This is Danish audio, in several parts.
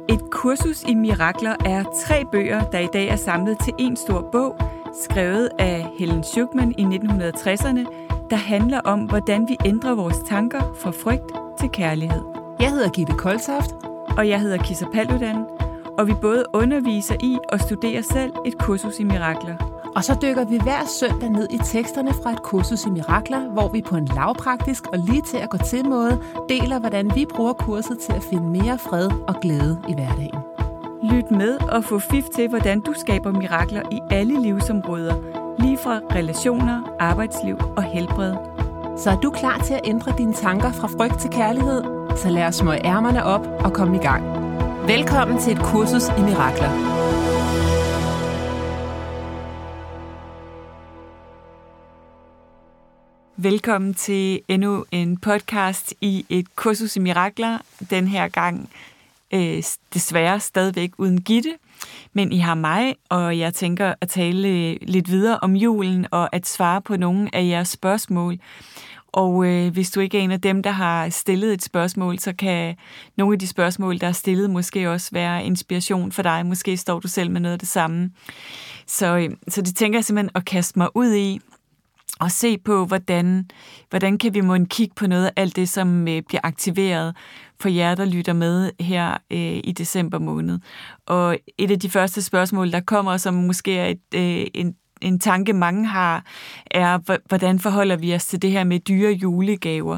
Et kursus i mirakler er 3 bøger, der i dag er samlet til en stor bog, skrevet af Helen Schucman i 1960'erne, der handler om, hvordan vi ændrer vores tanker fra frygt til kærlighed. Jeg hedder Gitte Koltoft. Og jeg hedder Kissa Paludan, og vi både underviser i og studerer selv et kursus i mirakler. Og så dykker vi hver søndag ned i teksterne fra et kursus i mirakler, hvor vi på en lavpraktisk og lige til at gå til måde deler, hvordan vi bruger kurset til at finde mere fred og glæde i hverdagen. Lyt med og få fif til, hvordan du skaber mirakler i alle livsområder, lige fra relationer, arbejdsliv og helbred. Så er du klar til at ændre dine tanker fra frygt til kærlighed? Så lad os smøge ærmerne op og komme i gang. Velkommen til et kursus i mirakler. Velkommen til endnu en podcast i et kursus i mirakler. Den her gang desværre stadigvæk uden Gitte, men I har mig, og jeg tænker at tale lidt videre om julen og at svare på nogle af jeres spørgsmål. Og hvis du ikke er en af dem, der har stillet et spørgsmål, så kan nogle af de spørgsmål, der er stillet, måske også være inspiration for dig. Måske står du selv med noget af det samme. Så det tænker jeg simpelthen at kaste mig ud i og se på, hvordan kan vi måtte kigge på noget af alt det, som bliver aktiveret for jer, der lytter med her i december måned. Og et af de første spørgsmål, der kommer, som måske er en tanke, mange har, er, hvordan forholder vi os til det her med dyre julegaver?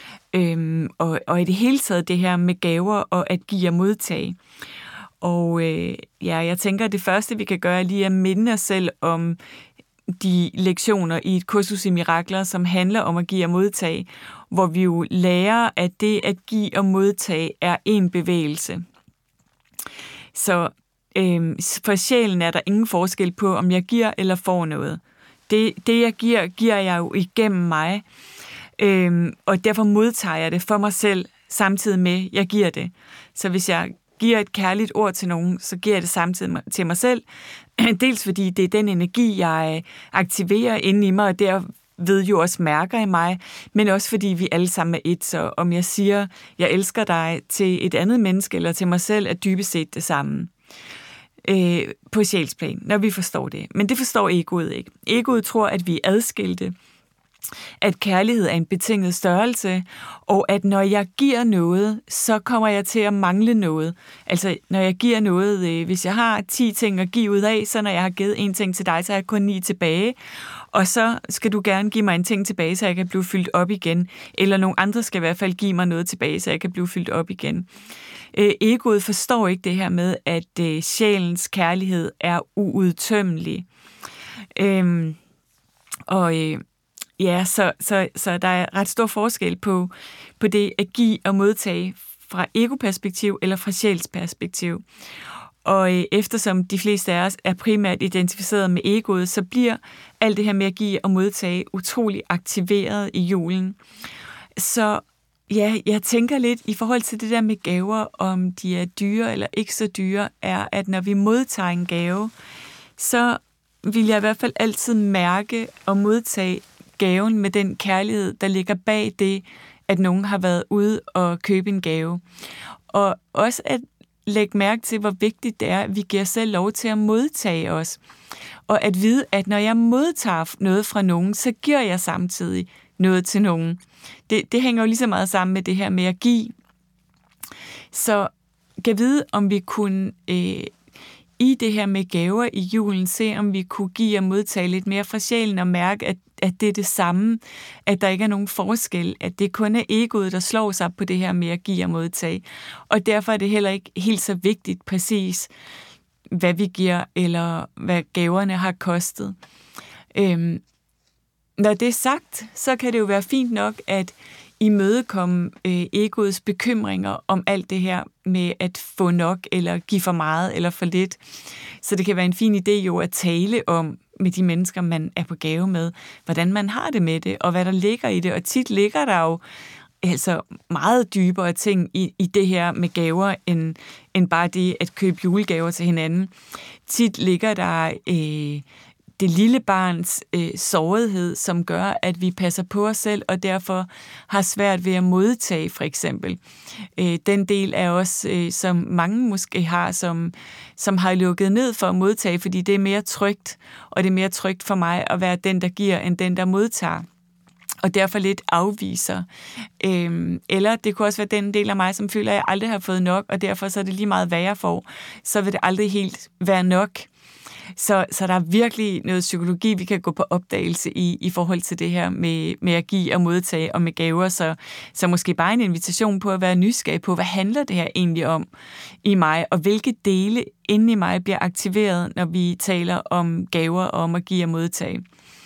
Og i det hele taget det her med gaver og at give og modtage. Og jeg tænker, at det første, vi kan gøre, er lige at minde os selv om de lektioner i et kursus i mirakler, som handler om at give og modtage, hvor vi jo lærer, at det at give og modtage er en bevægelse. Så for sjælen er der ingen forskel på, om jeg giver eller får noget. Det jeg giver jeg jo igennem mig, og derfor modtager jeg det for mig selv, samtidig med, at jeg giver det. Så hvis jeg giver et kærligt ord til nogen, så giver jeg det samtidig til mig selv. Dels fordi det er den energi, jeg aktiverer inde i mig, og derved jo også mærker i mig, men også fordi vi alle sammen er et. Så om jeg siger, jeg elsker dig til et andet menneske eller til mig selv, er dybest set det samme. På sjælsplan, når vi forstår det. Men det forstår egoet ikke. Egoet tror, at vi er adskilte, at kærlighed er en betinget størrelse, og at når jeg giver noget, så kommer jeg til at mangle noget. Altså, når jeg giver noget, hvis jeg har 10 ting at give ud af, så når jeg har givet en ting til dig, så har jeg kun 9 tilbage, og så skal du gerne give mig en ting tilbage, så jeg kan blive fyldt op igen. Eller nogle andre skal i hvert fald give mig noget tilbage, så jeg kan blive fyldt op igen. Egoet forstår ikke det her med, at sjælens kærlighed er uudtømmelig. Så der er ret stor forskel på det at give og modtage fra ego-perspektiv eller fra sjælsperspektiv. Og eftersom de fleste af os er primært identificeret med egoet, så bliver alt det her med at give og modtage utrolig aktiveret i julen. Så ja, jeg tænker lidt i forhold til det der med gaver, om de er dyre eller ikke så dyre, er, at når vi modtager en gave, så vil jeg i hvert fald altid mærke og modtage gaven med den kærlighed, der ligger bag det, at nogen har været ude og købe en gave. Og også at lægge mærke til, hvor vigtigt det er, at vi giver os selv lov til at modtage os. Og at vide, at når jeg modtager noget fra nogen, så giver jeg samtidig noget til nogen. Det hænger jo lige så meget sammen med det her med at give. Så kan vide, om vi kunne i det her med gaver i julen, se om vi kunne give og modtage lidt mere fra sjælen og mærke, at det er det samme, at der ikke er nogen forskel, at det kun er egoet, der slår sig på det her med at give og modtage. Og derfor er det heller ikke helt så vigtigt præcis, hvad vi giver, eller hvad gaverne har kostet. Når det er sagt, så kan det jo være fint nok at imødekomme egoets bekymringer om alt det her med at få nok, eller give for meget, eller for lidt. Så det kan være en fin idé jo at tale om med de mennesker, man er på gave med, hvordan man har det med det, og hvad der ligger i det. Og tit ligger der jo altså meget dybere ting i det her med gaver, end bare det at købe julegaver til hinanden. Tit ligger der det lille barns sårighed, som gør, at vi passer på os selv, og derfor har svært ved at modtage, for eksempel. Den del er også, som mange måske har, som har lukket ned for at modtage, fordi det er mere trygt, og det er mere trygt for mig at være den, der giver, end den, der modtager. Og derfor lidt afviser. Eller det kunne også være den del af mig, som føler, at jeg aldrig har fået nok, og derfor så er det lige meget, hvad jeg får. Så vil det aldrig helt være nok. Så der er virkelig noget psykologi, vi kan gå på opdagelse i forhold til det her med at give og modtage og med gaver. Så måske bare en invitation på at være nysgerrig på, hvad handler det her egentlig om i mig, og hvilke dele inde i mig bliver aktiveret, når vi taler om gaver og om at give og modtage.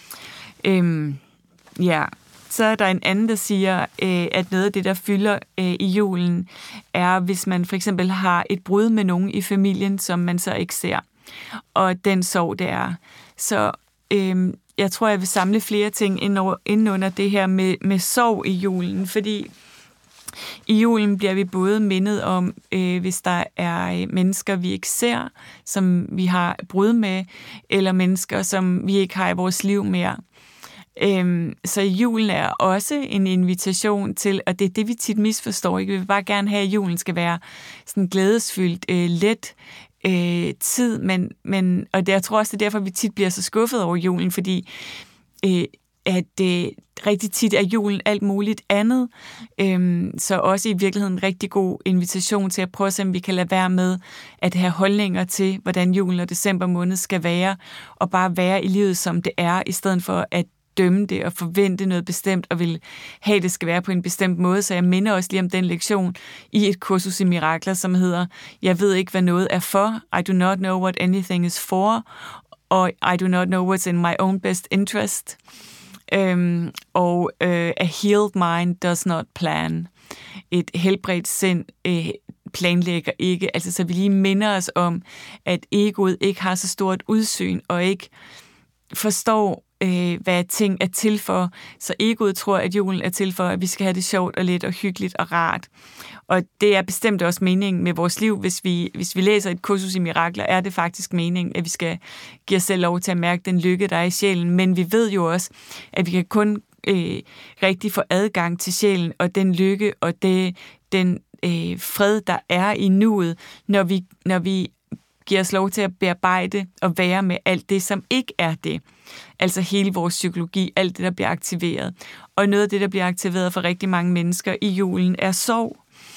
Ja, så er der en anden, der siger, at noget af det, der fylder i julen, er, hvis man for eksempel har et brud med nogen i familien, som man så ikke ser. Og den sorg, det er. Så jeg tror, jeg vil samle flere ting inden under det her med sorg i julen, fordi i julen bliver vi både mindet om, hvis der er mennesker, vi ikke ser, som vi har brud med, eller mennesker, som vi ikke har i vores liv mere. Så julen er også en invitation til, og det er det, vi tit misforstår. Ikke? Vi vil bare gerne have, at julen skal være sådan glædesfyldt, let tid, men og jeg tror også, det er derfor, vi tit bliver så skuffet over julen, fordi at rigtig tit er julen alt muligt andet. Så også i virkeligheden en rigtig god invitation til at prøve at se, om vi kan lade være med at have holdninger til, hvordan julen og december måned skal være, og bare være i livet, som det er, i stedet for at dømme det og forvente noget bestemt og vil have, det skal være på en bestemt måde. Så jeg minder også lige om den lektion i et kursus i mirakler, som hedder, jeg ved ikke, hvad noget er for. I do not know what anything is for. Og I do not know what's in my own best interest. A healed mind does not plan. Et helbredt sind planlægger ikke. Altså, så vi lige minder os om, at egoet ikke har så stort udsyn og ikke forstår, hvad ting er til for. Så egoet tror, at julen er til for, at vi skal have det sjovt og let og hyggeligt og rart. Og det er bestemt også meningen med vores liv. Hvis vi læser et kursus i mirakler, er det faktisk meningen, at vi skal give os selv lov til at mærke den lykke, der er i sjælen. Men vi ved jo også, at vi kan kun rigtig få adgang til sjælen og den lykke og den fred, der er i nuet, når vi giver os lov til at bearbejde og være med alt det, som ikke er det. Altså hele vores psykologi, alt det, der bliver aktiveret. Og noget af det, der bliver aktiveret for rigtig mange mennesker i julen, er sorg.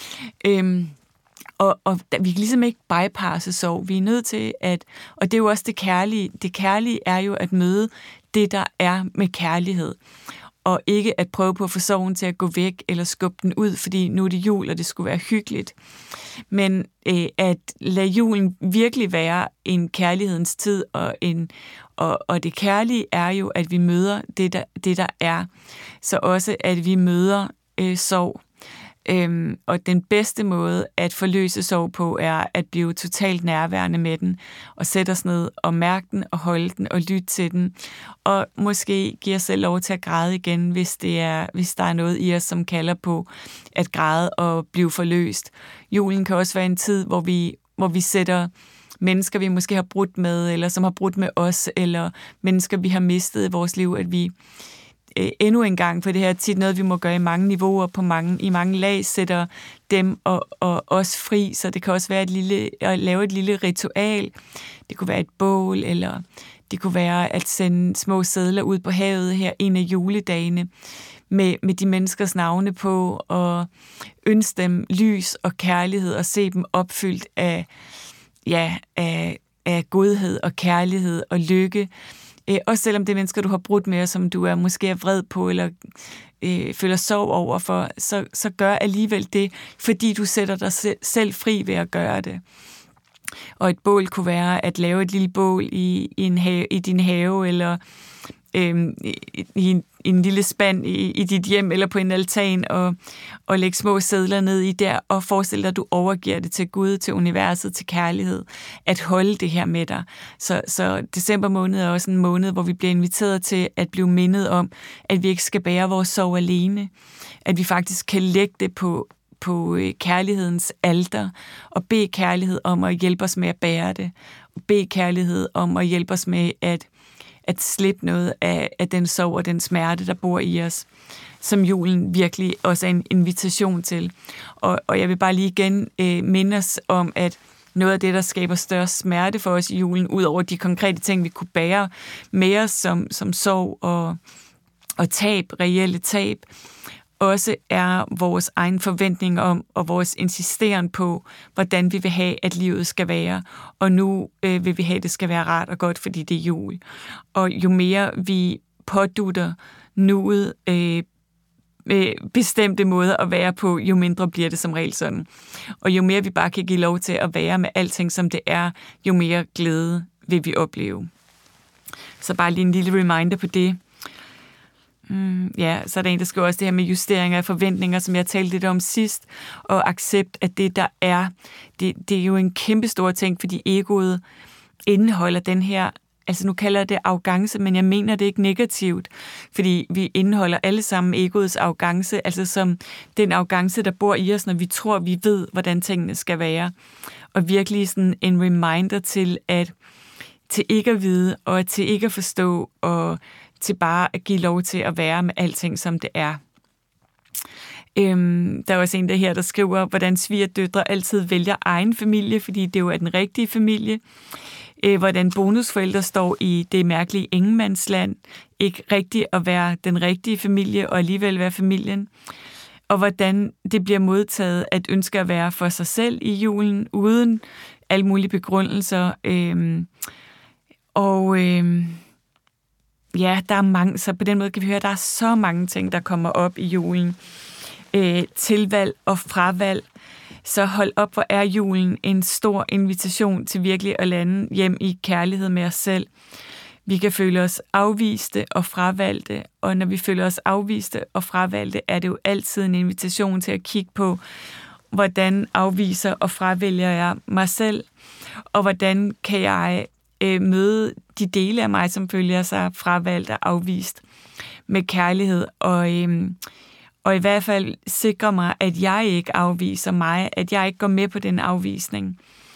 Og vi kan ligesom ikke bypasse sorg. Vi er nødt til og det er jo også det kærlige. Det kærlige er jo at møde det, der er med kærlighed. Og ikke at prøve på at få sorgen til at gå væk eller skubbe den ud, fordi nu er det jul, og det skulle være hyggeligt. Men at lade julen virkelig være en kærlighedens tid, og det kærlige er jo, at vi møder det, der er. Så også, at vi møder sorg. Og den bedste måde at forløse sorg på er at blive totalt nærværende med den og sætte os ned og mærke den og holde den og lytte til den og måske give os selv lov til at græde igen, hvis der er noget i os, som kalder på at græde og blive forløst. Julen kan også være en tid, hvor vi sætter mennesker, vi måske har brudt med, eller som har brudt med os, eller mennesker, vi har mistet i vores liv, at vi endnu en gang, for det her er tit noget, vi må gøre i mange niveauer, i mange lag, sætter dem og os fri, så det kan også være at lave et lille ritual. Det kunne være et bål, eller det kunne være at sende små sedler ud på havet her en af juledagene, med de menneskers navne på, og ønske dem lys og kærlighed, og se dem opfyldt af godhed og kærlighed og lykke. Også selvom det er mennesker, du har brudt med, og som du måske er vred på, eller føler sorg over for, så gør alligevel det, fordi du sætter dig selv fri ved at gøre det. Og et bål kunne være at lave et lille bål i din have, eller i en lille spand i dit hjem, eller på en altan, og lægge små sedler ned i der, og forestille dig, at du overgiver det til Gud, til universet, til kærlighed, at holde det her med dig. Så december måned er også en måned, hvor vi bliver inviteret til at blive mindet om, at vi ikke skal bære vores sorg alene, at vi faktisk kan lægge det på kærlighedens alter, og bede kærlighed om at hjælpe os med at bære det, og bede kærlighed om at hjælpe os med at at slippe noget af den sorg og den smerte, der bor i os, som julen virkelig også er en invitation til. Og jeg vil bare lige igen minde os om, at noget af det, der skaber størst smerte for os i julen, ud over de konkrete ting, vi kunne bære med os, som sorg og tab, reelle tab, også er vores egen forventning om, og vores insisteren på, hvordan vi vil have, at livet skal være. Og nu vil vi have, at det skal være rart og godt, fordi det er jul. Og jo mere vi pådutter nuet bestemte måder at være på, jo mindre bliver det som regel sådan. Og jo mere vi bare kan give lov til at være med alting, som det er, jo mere glæde vil vi opleve. Så bare lige en lille reminder på det. Så er der en, der skriver også det her med justeringer af forventninger, som jeg talte lidt om sidst, og accept, at det, der er, det er jo en kæmpe stor ting, fordi egoet indeholder den her, altså nu kalder jeg det arrogance, men jeg mener det ikke negativt, fordi vi indeholder alle sammen egoets arrogance, altså som den arrogance, der bor i os, når vi tror, vi ved, hvordan tingene skal være. Og virkelig sådan en reminder til ikke at vide, og til ikke at forstå, og til bare at give lov til at være med alting, som det er. Der er også en der skriver, hvordan svigerdøtre altid vælger egen familie, fordi det jo er den rigtige familie. Hvordan bonusforældre står i det mærkelige ingenmandsland, ikke rigtigt at være den rigtige familie, og alligevel være familien. Og hvordan det bliver modtaget at ønske at være for sig selv i julen, uden alle mulige begrundelser. Der er mange, så på den måde kan vi høre, at der er så mange ting, der kommer op i julen. Tilvalg og fravalg. Så hold op, hvor er julen en stor invitation til virkelig at lande hjem i kærlighed med os selv. Vi kan føle os afviste og fravalgte, og når vi føler os afviste og fravalgte, er det jo altid en invitation til at kigge på, hvordan afviser og fravælger jeg mig selv, og hvordan kan jeg møde de dele af mig, som føler sig fravalgt og afvist med kærlighed, og i hvert fald sikre mig, at jeg ikke afviser mig, at jeg ikke går med på den afvisning.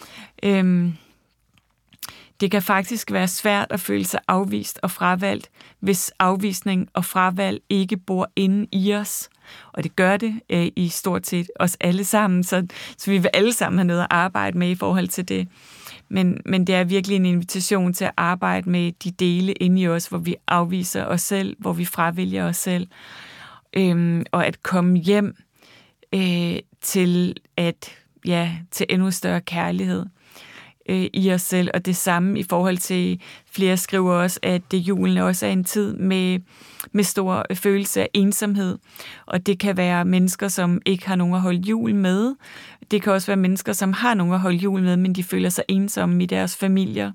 Det kan faktisk være svært at føle sig afvist og fravalgt, hvis afvisning og fravalg ikke bor inde i os. Og det gør det i stort set os alle sammen, så vi vil alle sammen have noget at arbejde med i forhold til det. Men det er virkelig en invitation til at arbejde med de dele inde i os, hvor vi afviser os selv, hvor vi fravælger os selv. Og at komme hjem til endnu større kærlighed i os selv. Og det samme i forhold til, flere skriver også, at julen også er en tid med stor følelse af ensomhed. Og det kan være mennesker, som ikke har nogen at holde jul med. Det kan også være mennesker, som har nogen at holde jul med, men de føler sig ensomme i deres familier.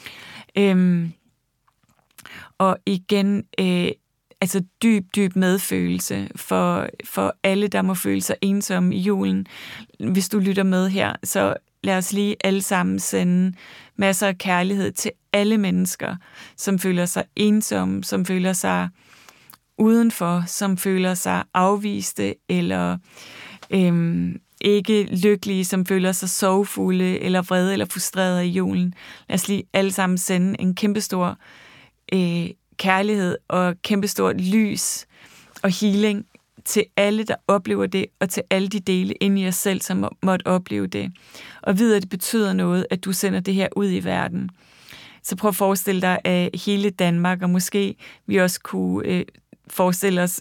Og igen, dyb medfølelse for alle, der må føle sig ensomme i julen. Hvis du lytter med her, så lad os lige alle sammen sende masser af kærlighed til alle mennesker, som føler sig ensomme, som føler sig udenfor, som føler sig afviste eller ikke lykkelige, som føler sig sorgfulde eller vrede eller frustrerede i julen. Lad os lige alle sammen sende en kæmpestor kærlighed og kæmpestort lys og healing til alle, der oplever det, og til alle de dele inde i os selv, som måtte opleve det. Og vide, at det betyder noget, at du sender det her ud i verden. Så prøv at forestille dig, at hele Danmark, og måske vi også kunne forestille os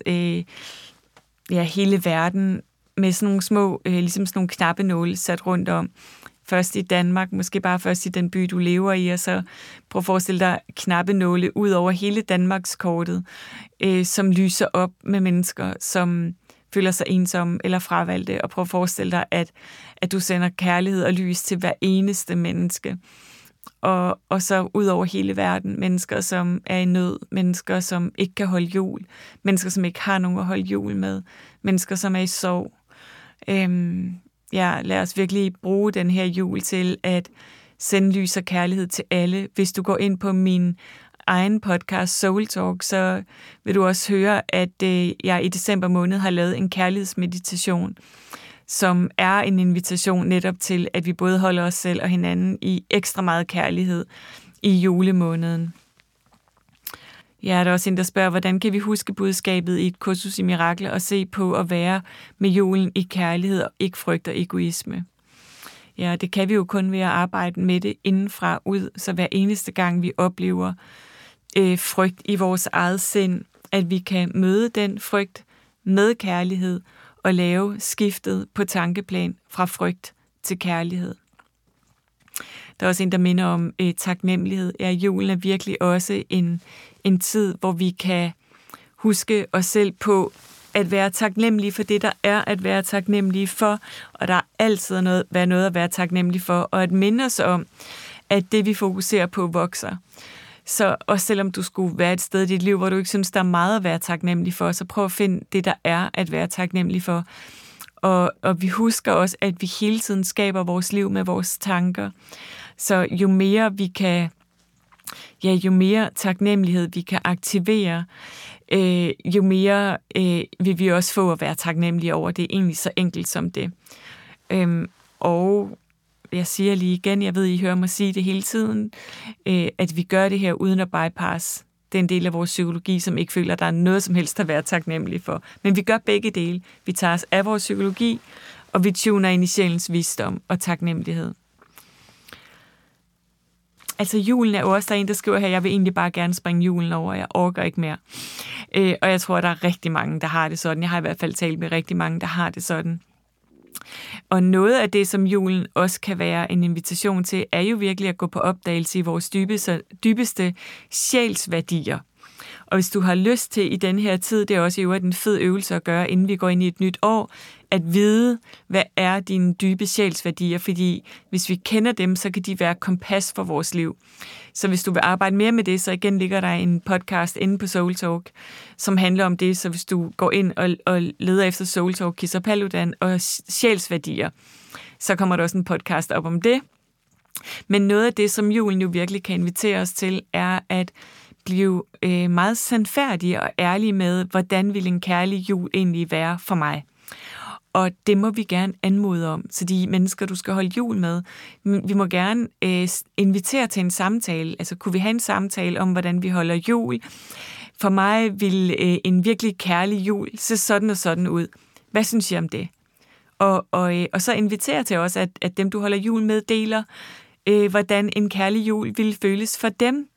hele verden med sådan nogle små, ligesom sådan nogle knappenåle sat rundt om. Først i Danmark, måske bare først i den by, du lever i, og så prøv at forestille dig knappenåle ud over hele Danmarks kortet, som lyser op med mennesker, som føler sig ensomme eller fravalgte, og prøv at forestille dig, at du sender kærlighed og lys til hver eneste menneske. Og så ud over hele verden, mennesker, som er i nød, mennesker, som ikke kan holde jul, mennesker, som ikke har nogen at holde jul med, mennesker, som er i sorg. Lad os virkelig bruge den her jul til at sende lys og kærlighed til alle. Hvis du går ind på min egen podcast Soul Talk, så vil du også høre, at jeg i december måned har lavet en kærlighedsmeditation, som er en invitation netop til, at vi både holder os selv og hinanden i ekstra meget kærlighed i julemåneden. Ja, der er også en, der spørger, hvordan kan vi huske budskabet i et kursus i mirakler og se på at være med julen i kærlighed og ikke frygt og egoisme. Ja, det kan vi jo kun ved at arbejde med det indenfra ud, så hver eneste gang vi oplever frygt i vores eget sind, at vi kan møde den frygt med kærlighed og lave skiftet på tankeplan fra frygt til kærlighed. Der er også en, der minder om taknemmelighed. Ja, julen er virkelig også en tid, hvor vi kan huske os selv på at være taknemmelige for det, der er at være taknemmelige for, og der er altid noget at være taknemmelig for, og at minde os om, at det, vi fokuserer på, vokser. Så også selvom du skulle være et sted i dit liv, hvor du ikke synes, der er meget at være taknemmelig for, så prøv at finde det, der er at være taknemmelig for. Og vi husker også, at vi hele tiden skaber vores liv med vores tanker. Så jo mere taknemmelighed vi kan aktivere, jo mere vil vi også få at være taknemmelige over. Det er egentlig så enkelt som det. Og jeg siger lige igen, jeg ved, I hører mig sige det hele tiden, at vi gør det her uden at bypass. Det er en del af vores psykologi, som ikke føler, at der er noget som helst at være taknemmelig for. Men vi gør begge dele. Vi tager os af vores psykologi, og vi tuner ind i sjælens visdom og taknemmelighed. Altså julen er også, der er en, der skriver her, jeg vil egentlig bare gerne springe julen over, jeg orker ikke mere. Og jeg tror, der er rigtig mange, der har det sådan. Jeg har i hvert fald talt med rigtig mange, der har det sådan. Og noget af det, som julen også kan være en invitation til, er jo virkelig at gå på opdagelse i vores dybeste sjælsværdier. Og hvis du har lyst til i den her tid, det er også en fed øvelse at gøre, inden vi går ind i et nyt år, at vide, hvad er dine dybe sjælsværdier, fordi hvis vi kender dem, så kan de være kompas for vores liv. Så hvis du vil arbejde mere med det, så igen ligger der en podcast inde på Soul Talk, som handler om det, så hvis du går ind og leder efter Soul Talk, Kisser Paludan og sjælsværdier, så kommer der også en podcast op om det. Men noget af det, som julen jo virkelig kan invitere os til, er at blive meget sandfærdige og ærlige med, hvordan vil en kærlig jul egentlig være for mig. Og det må vi gerne anmode om. Så de mennesker, du skal holde jul med, vi må gerne invitere til en samtale. Altså, kunne vi have en samtale om, hvordan vi holder jul? For mig vil en virkelig kærlig jul se sådan og sådan ud. Hvad synes I om det? Og så invitere til os, at dem, du holder jul med, deler, hvordan en kærlig jul vil føles for dem.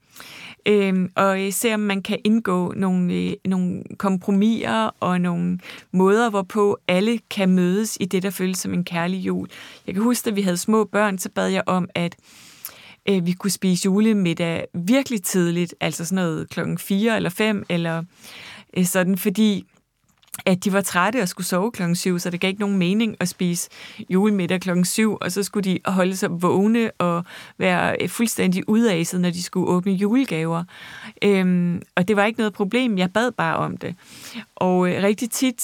Og se om man kan indgå nogle kompromiser og nogle måder, hvorpå alle kan mødes i det, der føles som en kærlig jul. Jeg kan huske, at vi havde små børn, så bad jeg om, at vi kunne spise julemiddag virkelig tidligt, altså sådan noget 4 eller 5, eller sådan, fordi at de var trætte og skulle sove 7, så det gav ikke nogen mening at spise julemiddag 7, og så skulle de holde sig vågne og være fuldstændig udaset, når de skulle åbne julegaver. Og det var ikke noget problem, jeg bad bare om det. Og rigtig tit,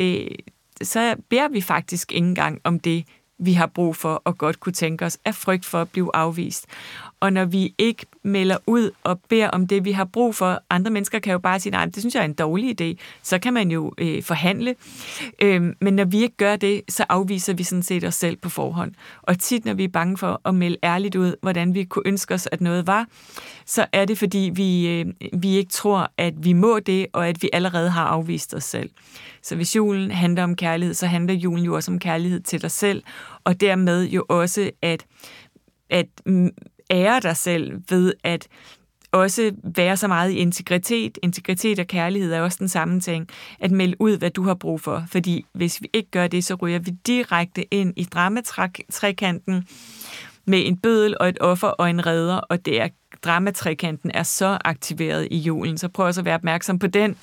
så beder vi faktisk ikke engang om det, vi har brug for og godt kunne tænke os, af frygt for at blive afvist. Og når vi ikke melder ud og beder om det, vi har brug for, andre mennesker kan jo bare sige, nej, det synes jeg er en dårlig idé, så kan man jo forhandle. Men når vi ikke gør det, så afviser vi sådan set os selv på forhånd. Og tit, når vi er bange for at melde ærligt ud, hvordan vi kunne ønske os, at noget var, så er det, fordi vi ikke tror, at vi må det, og at vi allerede har afvist os selv. Så hvis julen handler om kærlighed, så handler julen jo også om kærlighed til dig selv, og dermed jo også at ære dig selv ved at også være så meget i integritet. Integritet og kærlighed er også den samme ting. At melde ud, hvad du har brug for. Fordi hvis vi ikke gør det, så ryger vi direkte ind i dramatrekanten med en bøddel og et offer og en redder, og det er dramatrekanten er så aktiveret i julen. Så prøv også at være opmærksom på den.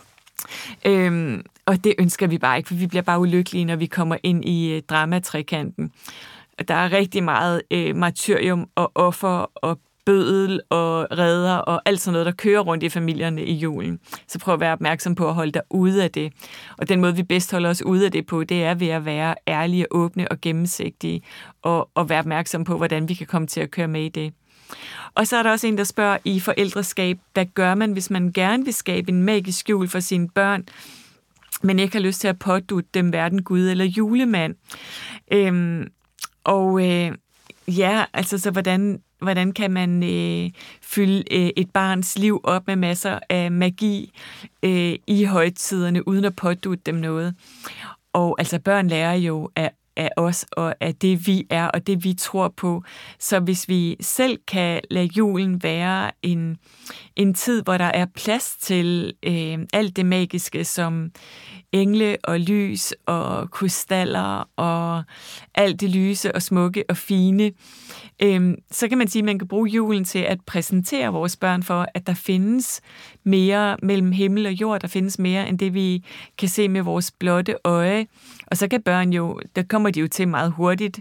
Og det ønsker vi bare ikke, for vi bliver bare ulykkelige, når vi kommer ind i dramatrekanten. Der er rigtig meget martyrium og offer og bøddel og redder og alt sådan noget, der kører rundt i familierne i julen. Så prøv at være opmærksom på at holde dig ude af det. Og den måde, vi bedst holder os ude af det på, det er ved at være ærlige, åbne og gennemsigtige og være opmærksom på, hvordan vi kan komme til at køre med i det. Og så er der også en, der spørger i forældreskab, hvad gør man, hvis man gerne vil skabe en magisk jul for sine børn, men ikke har lyst til at pådutte dem hverken Gud eller julemand? Ja, altså så Hvordan kan man fylde et barns liv op med masser af magi i højtiderne, uden at pådutte dem noget? Og altså børn lærer jo af os, og af det vi er, og det vi tror på. Så hvis vi selv kan lade julen være en tid, hvor der er plads til alt det magiske, som engle og lys og krystaller og alt det lyse og smukke og fine, så kan man sige, at man kan bruge julen til at præsentere vores børn for, at der findes mere mellem himmel og jord, der findes mere end det, vi kan se med vores blotte øje. Og så kan børn jo, der kommer de jo til meget hurtigt,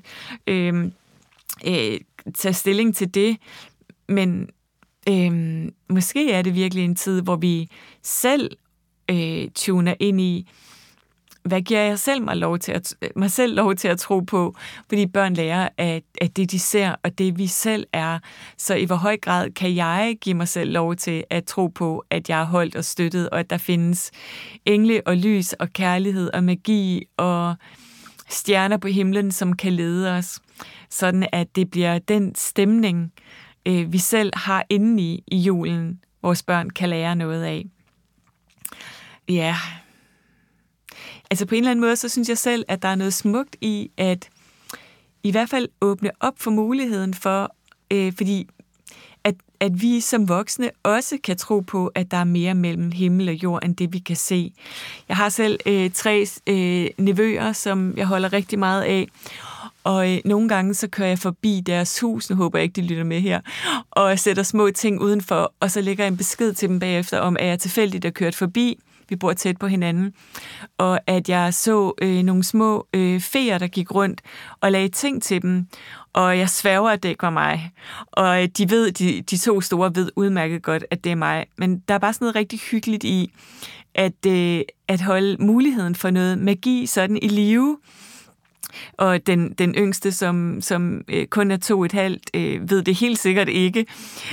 tage stilling til det, men måske er det virkelig en tid, hvor vi selv tuner ind i, hvad giver jeg selv mig selv lov til at tro på, fordi børn lærer, at det de ser, og det vi selv er. Så i hvor høj grad kan jeg give mig selv lov til at tro på, at jeg er holdt og støttet, og at der findes engle og lys og kærlighed og magi og stjerner på himlen, som kan lede os, sådan at det bliver den stemning, vi selv har inde i julen, vores børn kan lære noget af. Ja, altså på en eller anden måde, så synes jeg selv, at der er noget smukt i at i hvert fald åbne op for muligheden for, fordi at vi som voksne også kan tro på, at der er mere mellem himmel og jord, end det vi kan se. Jeg har selv 3 nevøer, som jeg holder rigtig meget af, og nogle gange så kører jeg forbi deres hus, nu håber jeg ikke, de lytter med her, og sætter små ting udenfor, og så lægger jeg en besked til dem bagefter om, at jeg tilfældigt er kørt forbi. Vi bor tæt på hinanden, og at jeg så nogle små feer, der gik rundt og lagde ting til dem, og jeg sværger, at det ikke var mig. Og de ved, de 2 store ved udmærket godt, at det er mig. Men der er bare sådan noget rigtig hyggeligt i, at holde muligheden for noget magi sådan i live. Og den yngste, som kun er 2,5, ved det helt sikkert ikke.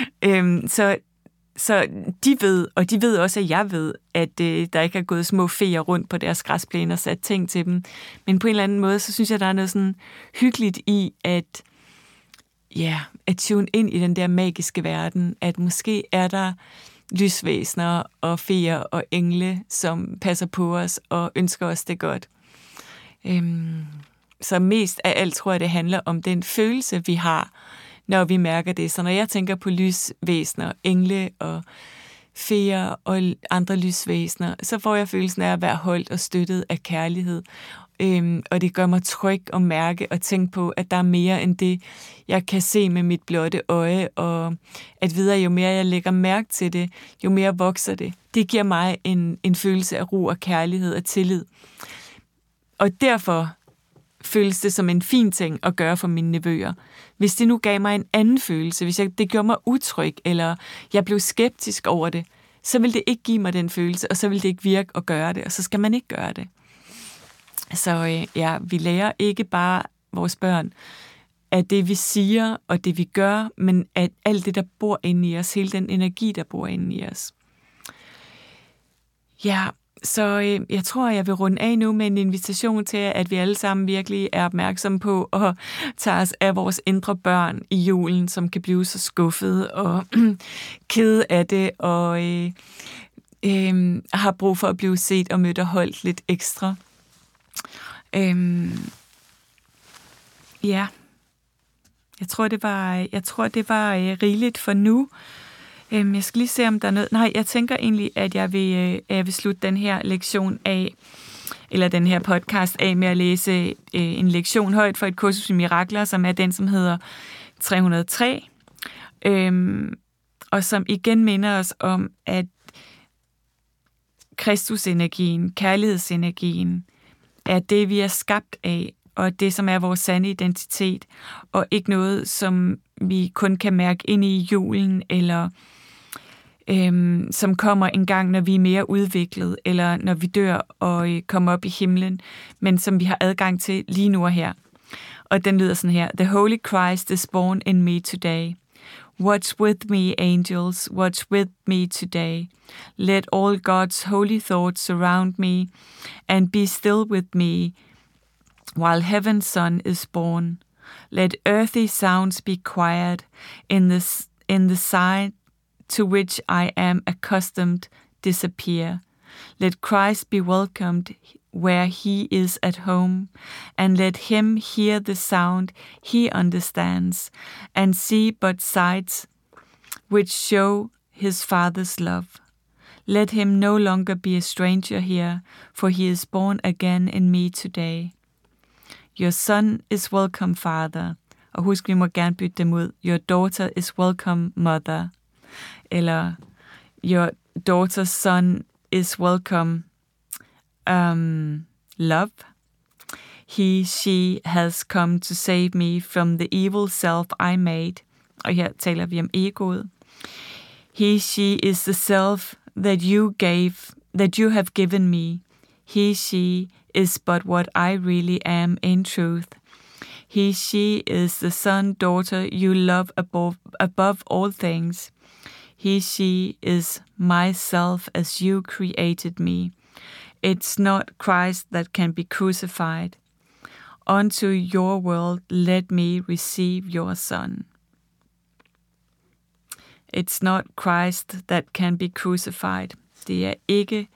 Så de ved, og de ved også, at jeg ved, at der ikke er gået små feer rundt på deres græsplæne og sat ting til dem. Men på en eller anden måde, så synes jeg, der er noget sådan hyggeligt i at tune ind i den der magiske verden, at måske er der lysvæsener og feer og engle, som passer på os og ønsker os det godt. Så mest af alt tror jeg, det handler om den følelse, vi har, når vi mærker det. Så når jeg tænker på lysvæsener, engle og feer og andre lysvæsener, så får jeg følelsen af at være holdt og støttet af kærlighed. Og det gør mig tryg at mærke og tænke på, at der er mere end det, jeg kan se med mit blotte øje, og at videre, jo mere jeg lægger mærke til det, jo mere vokser det. Det giver mig en følelse af ro og kærlighed og tillid. Og derfor føles det som en fin ting at gøre for mine nevøer. Hvis det nu gav mig en anden følelse, hvis det gjorde mig utryg, eller jeg blev skeptisk over det, så vil det ikke give mig den følelse, og så vil det ikke virke at gøre det, og så skal man ikke gøre det. Så vi lærer ikke bare vores børn, at det vi siger, og det vi gør, men at alt det, der bor inde i os, hele den energi, der bor inde i os. Ja, så jeg tror, jeg vil runde af nu med en invitation til, at vi alle sammen virkelig er opmærksomme på at tage os af vores indre børn i julen, som kan blive så skuffede og kede af det, og har brug for at blive set og mødt og holdt lidt ekstra. Jeg tror, det var rigeligt for nu. Jeg skal lige se, om der er noget. Nej, jeg tænker egentlig, at jeg vil slutte den her lektion af, eller den her podcast af med at læse en lektion højt for et kursus i mirakler, som er den, som hedder 303, og som igen minder os om, at Kristusenergien, kærlighedsenergien, er det, vi er skabt af, og det, som er vores sande identitet, og ikke noget, som vi kun kan mærke ind i julen, eller som kommer en gang, når vi er mere udviklet, eller når vi dør og kommer op i himlen, men som vi har adgang til lige nu og her. Og den lyder sådan her: The Holy Christ is born in me today. Watch with me, angels, watch with me today. Let all God's holy thoughts surround me, and be still with me, while heaven's son is born. Let earthly sounds be quiet in the sight to which I am accustomed disappear. Let Christ be welcomed where he is at home, and let him hear the sound he understands, and see but sights which show his Father's love. Let him no longer be a stranger here, for he is born again in me today. Your son is welcome, Father. Og husk, vi må gerne bytte dem ud. Your daughter is welcome, Mother. Eller your daughter's son is welcome, love. She has come to save me from the evil self I made. Og her taler vi om egoet. She is the self that you have given me. She is but what I really am in truth. She is the son, daughter you love above all things. She is myself as you created me. It's not Christ that can be crucified. Unto your world let me receive your son. It's not Christ that can be crucified. Det er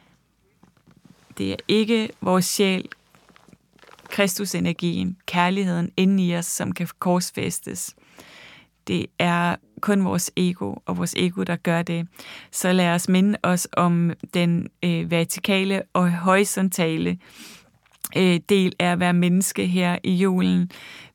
ikke vores sjæl, Kristusenergien, kærligheden inde i os, som kan korsfæstes. Det er kun vores ego, og vores ego, der gør det. Så lad os minde os om den vertikale og horisontale del af at være menneske her i julen.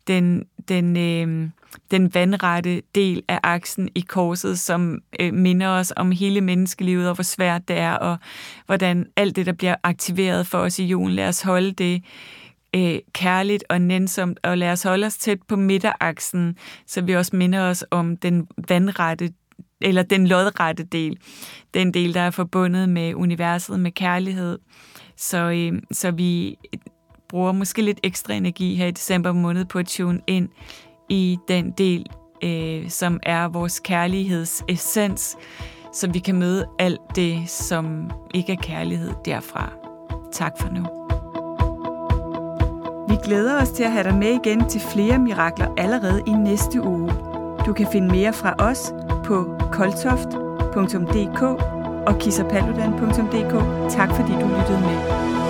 Den vandrette del af aksen i korset, som minder os om hele menneskelivet, og hvor svært det er, og hvordan alt det, der bliver aktiveret for os i julen, lad os holde det kærligt og nænsomt, og lad os holde os tæt på midteraksen, så vi også minder os om den vandrette, eller den lodrette del. Den del, der er forbundet med universet, med kærlighed. Så vi bruger måske lidt ekstra energi her i december måned på at tune ind i den del, som er vores kærlighedsessens, så vi kan møde alt det, som ikke er kærlighed derfra. Tak for nu. Vi glæder os til at have dig med igen til flere mirakler allerede i næste uge. Du kan finde mere fra os på koltoft.dk og kissapaludan.dk. Tak fordi du lyttede med.